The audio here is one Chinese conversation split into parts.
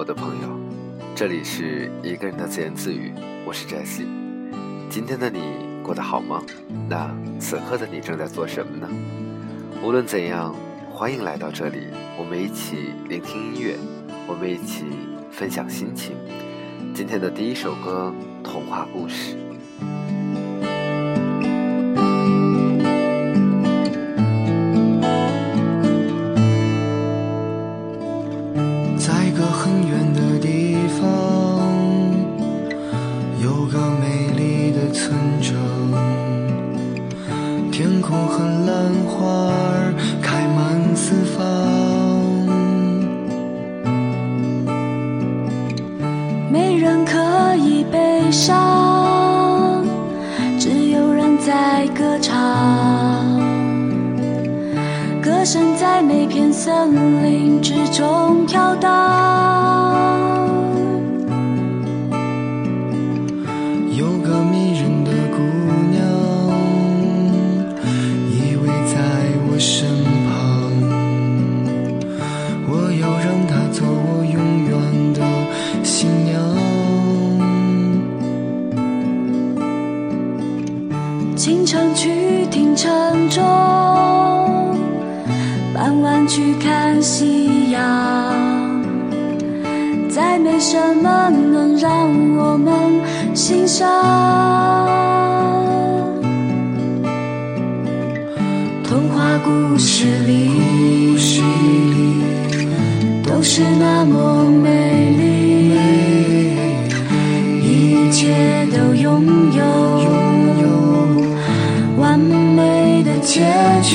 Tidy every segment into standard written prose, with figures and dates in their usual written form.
活的朋友，这里是一个人的自言自语，我是 Jessie。 今天的你过得好吗？那此刻的你正在做什么呢？无论怎样，欢迎来到这里，我们一起聆听音乐，我们一起分享心情。今天的第一首歌，童话故事。 在一个很远的地方，有个美丽的村庄，天空很蓝，花儿开满四方， 没人可以悲伤，只有人在歌唱，歌声在每片森林之中飘荡。 有个迷人的姑娘依偎在我身旁，我要让她做我永远的新娘。 清晨去听晨钟，傍晚去看夕阳，再没什么能让我们欣赏。童话故事里都是那么美丽，一切都拥有完美的结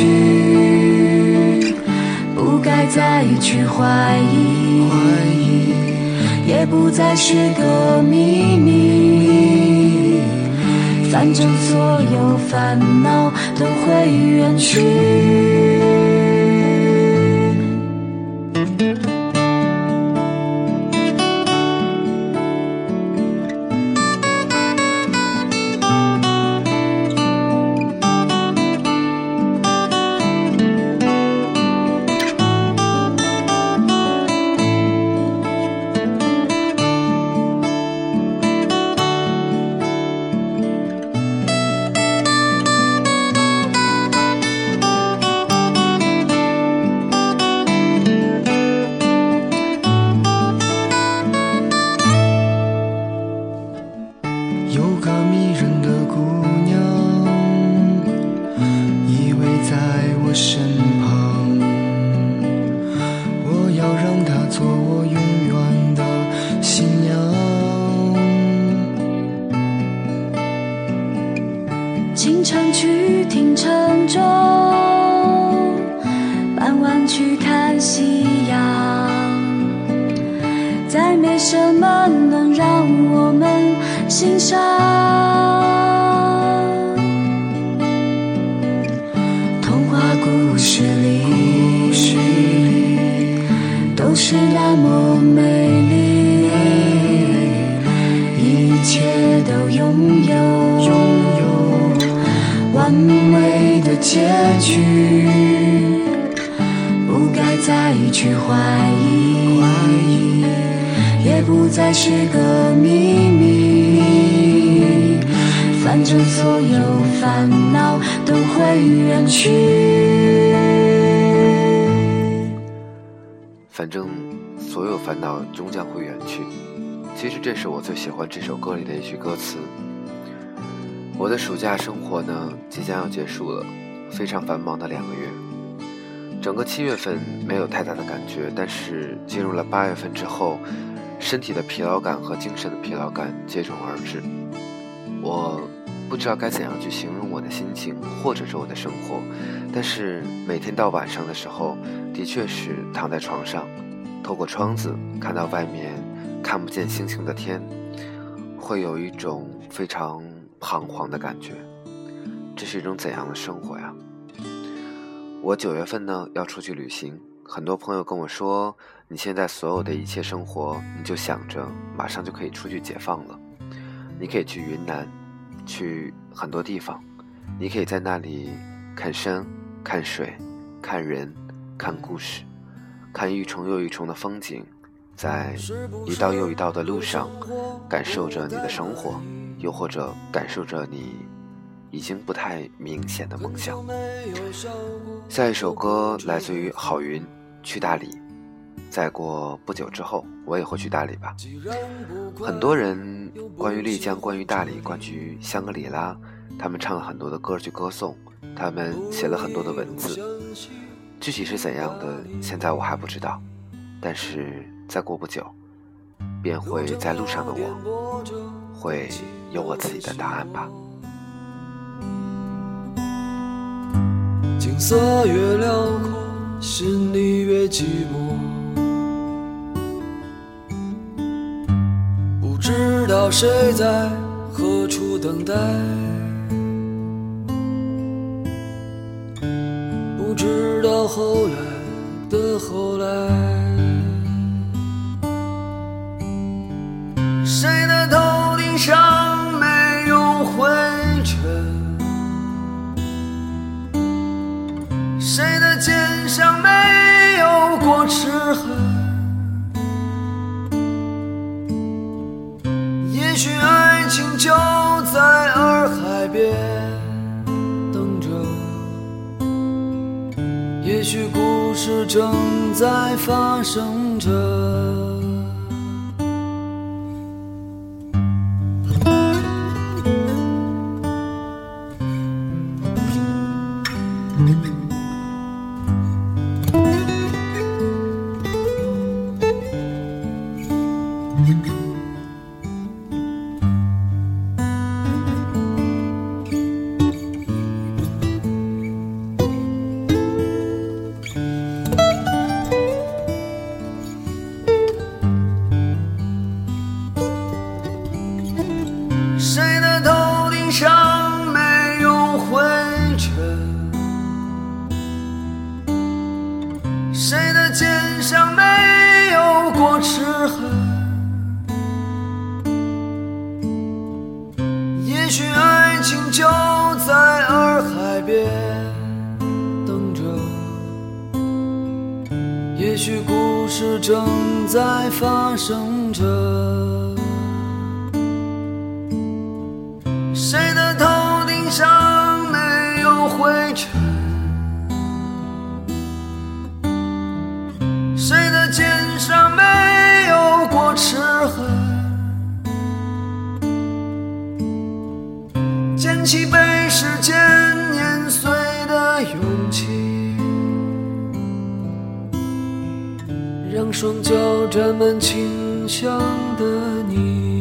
局，不该再去怀疑，也不再是个秘密，反正所有烦恼都会远去。 有个迷人的姑娘依偎在我身旁，我要让她做我永远的新娘。 清晨去听晨钟，傍晚去看夕阳，再没什么能让我们欣赏。童话故事里都是那么美丽，一切都拥有完美的结局，不该再去怀疑，也不再是个秘密，反正所有烦恼都会远去。 反正所有烦恼终将会远去。其实这是我最喜欢这首歌里的一句歌词。我的暑假生活呢，即将要结束了，非常繁忙的2个月。整个7月份没有太大的感觉，但是进入了8月份之后，身体的疲劳感和精神的疲劳感接踵而至。我不知道该怎样去形容我的心情或者是我的生活，但是每天到晚上的时候，的确是躺在床上，透过窗子看到外面看不见星星的天，会有一种非常彷徨的感觉。这是一种怎样的生活呀？我9月份呢要出去旅行，很多朋友跟我说，你现在所有的一切生活，你就想着马上就可以出去解放了。你可以去云南，去很多地方，你可以在那里看山、看水、看人、看故事，看一重又一重的风景， 在一道又一道的路上感受着你的生活，又或者感受着你已经不太明显的梦想。下一首歌来自于郝云，去大理。再过不久之后我也会去大理吧。很多人关于丽江，关于大理，关于香格里拉，他们唱了很多的歌去歌颂，他们写了很多的文字，具体是怎样的现在我还不知道，但是再过不久便会在路上的我会有我自己的答案吧。 景色越辽阔，心里越寂寞，不知道谁在何处等待，不知道后来的后来，谁的头顶上没有灰尘，谁的肩上没有过齿痕，也许爱情就在洱海边等着，也许故事正在发生着。谁的头顶上没有灰尘，谁的肩上没有过齿痕，也许爱情就在洱海边等着，也许故事正在发生着。谁的头顶上没有灰尘，谁的肩上没有过齿痕，捡起被时间碾碎的勇气，让双脚沾满清香的你。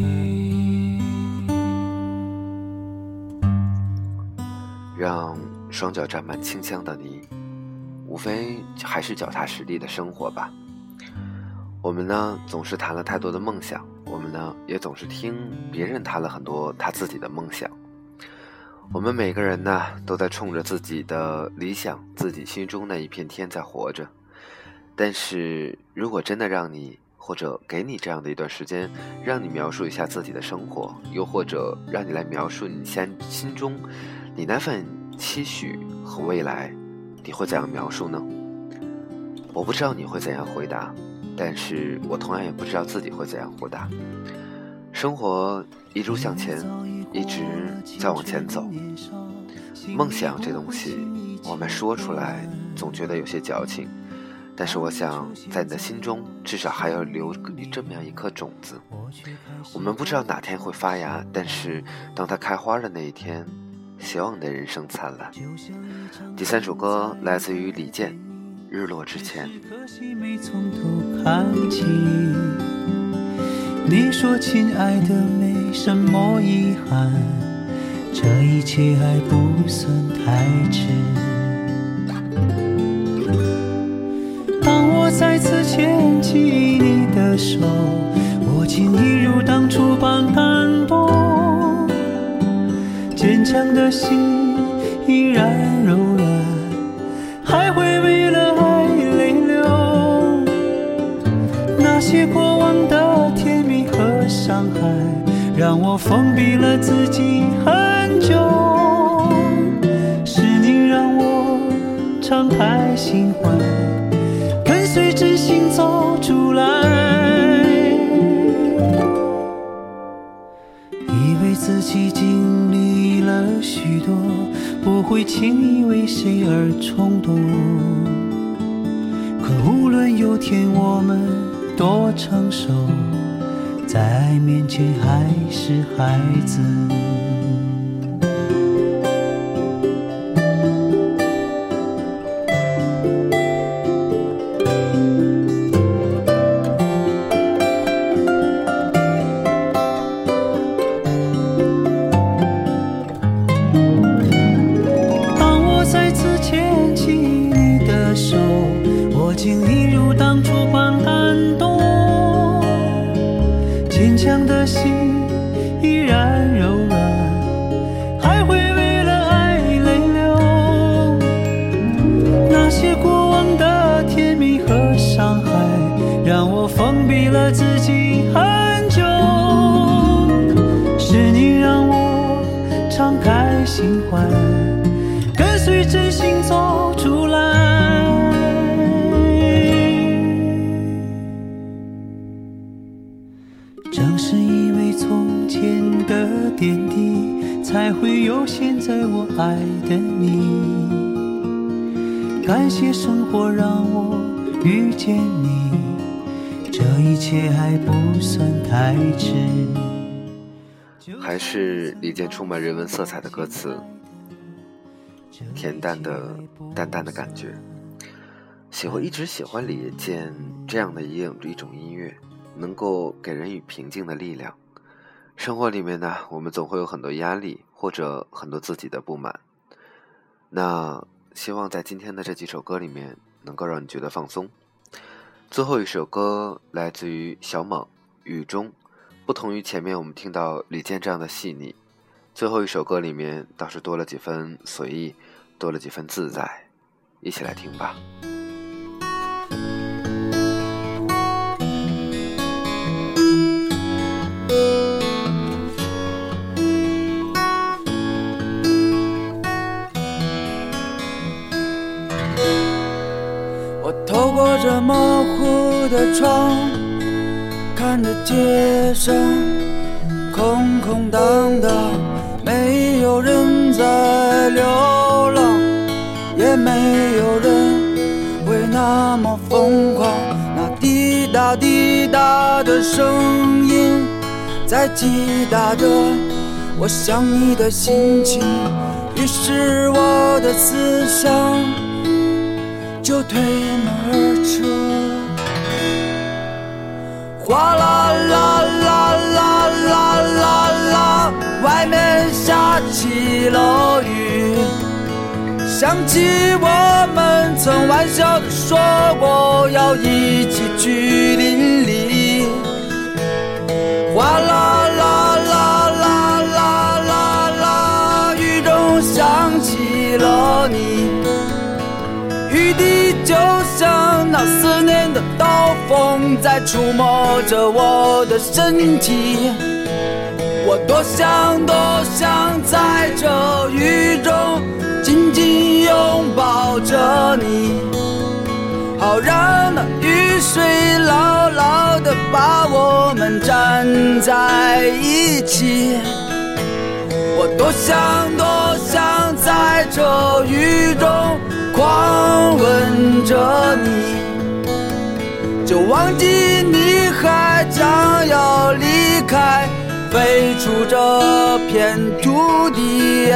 让双脚沾满清香的你，无非还是脚踏实地的生活吧。我们呢总是谈了太多的梦想，我们呢也总是听别人谈了很多他自己的梦想。我们每个人呢都在冲着自己的理想，自己心中那一片天在活着。但是如果真的让你或者给你这样的一段时间，让你描述一下自己的生活，又或者让你来描述你心中你那份期许和未来，你会怎样描述呢？我不知道你会怎样回答，但是我同样也不知道自己会怎样回答。生活一路向前，一直在往前走。梦想这东西，我们说出来总觉得有些矫情，但是我想在你的心中至少还要留这么样一颗种子。我们不知道哪天会发芽，但是当它开花的那一天，希望你的人生灿烂。第三首歌来自于李健，日落之前。 可惜没从头看起，你说亲爱的没什么遗憾，这一切还不算太迟。当我再次牵起你的手，我竟一如当初般感动，坚强的心依然柔软，还会为了爱泪流。那些过往的甜蜜和伤害，让我封闭了自己很久。是你让我敞开心怀，跟随真心走出来。 多，不会轻易为谁而冲动。可无论有天我们多成熟，在爱面前还是孩子。当我再次牵起你的手，我竟一如当初般感动，坚强的心依然柔软，还会为了爱泪流。那些过往的甜蜜和伤害，让我封闭了自己很久。是你让我敞开心怀，跟随真心走出来。正是因为从前的点滴，才会有现在我爱的你。感谢生活让我遇见你，这一切还不算太迟。 还是一件充满人文色彩的歌词，恬淡的淡淡的感觉。一直喜欢李健这样的一种音乐，能够给人以平静的力量。生活里面呢，我们总会有很多压力，或者很多自己的不满。那希望在今天的这几首歌里面，能够让你觉得放松。最后一首歌来自于小猛，雨中。不同于前面我们听到李健这样的细腻，最后一首歌里面倒是多了几分随意，多了几分自在。一起来听吧。 我透过这模糊的窗，看着街上空空荡荡，没有人在流浪，也没有人会那么疯狂。那滴答滴答的声音在击打着我想你的心情，于是我的思想就推门而出。哗啦啦啦啦啦啦啦，外面下起了雨，想起我们曾玩笑地说过要一起去淋漓。哗啦啦啦啦啦啦啦，雨中想起了你，雨滴就像那思念的刀锋，在触摸着我的身体。我多想在这雨中紧紧拥抱着你，好让那雨水牢牢地把我们粘在一起。我多想在这雨中狂吻着你，就忘记你还将要离开，飞出这片土地。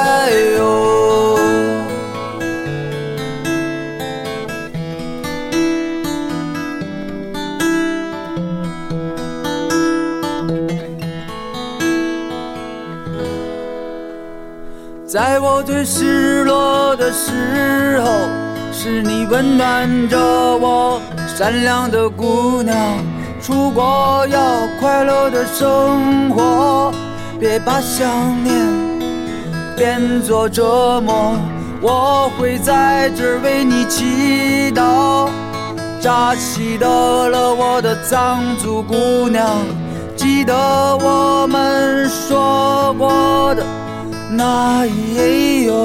在我最失落的时候，是你温暖着我，善良的姑娘，出国要快乐的生活，别把想念变作折磨，我会在这为你祈祷。扎西德了我的藏族姑娘，记得我们说过的那也有。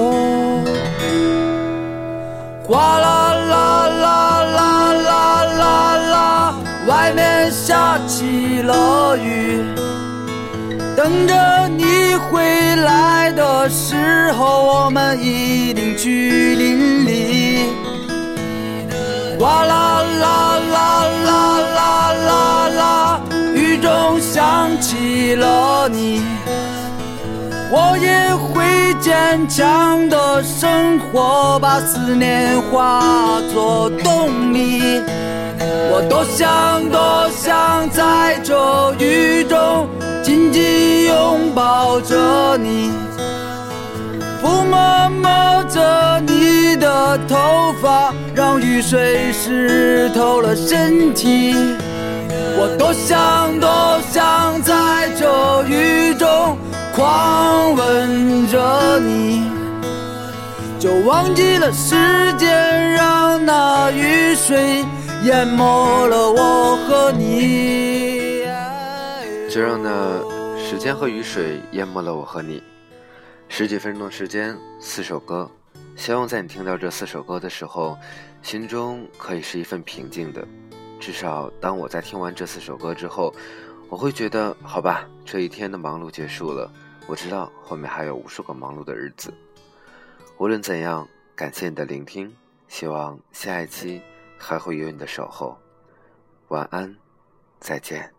哗啦啦啦啦啦啦啦，外面下起了雨，等着你回来的时候，我们一定去淋漓。哇啦啦啦啦啦啦啦，雨中想起了你，我也会坚强的生活，把思念化作动力。我多想在这雨中紧紧拥抱着你，抚摸着你的头发，让雨水湿透了身体。我多想在这雨中狂吻着你，就忘记了时间，让那雨水淹没了我和你， 就让那时间和雨水淹没了我和你。10几分钟的时间，4首歌，希望在你听到这4首歌的时候，心中可以是一份平静的。至少当我在听完这4首歌之后，我会觉得好吧，这一天的忙碌结束了，我知道后面还有无数个忙碌的日子。无论怎样，感谢你的聆听，希望下一期还会有你的守候。晚安，再见。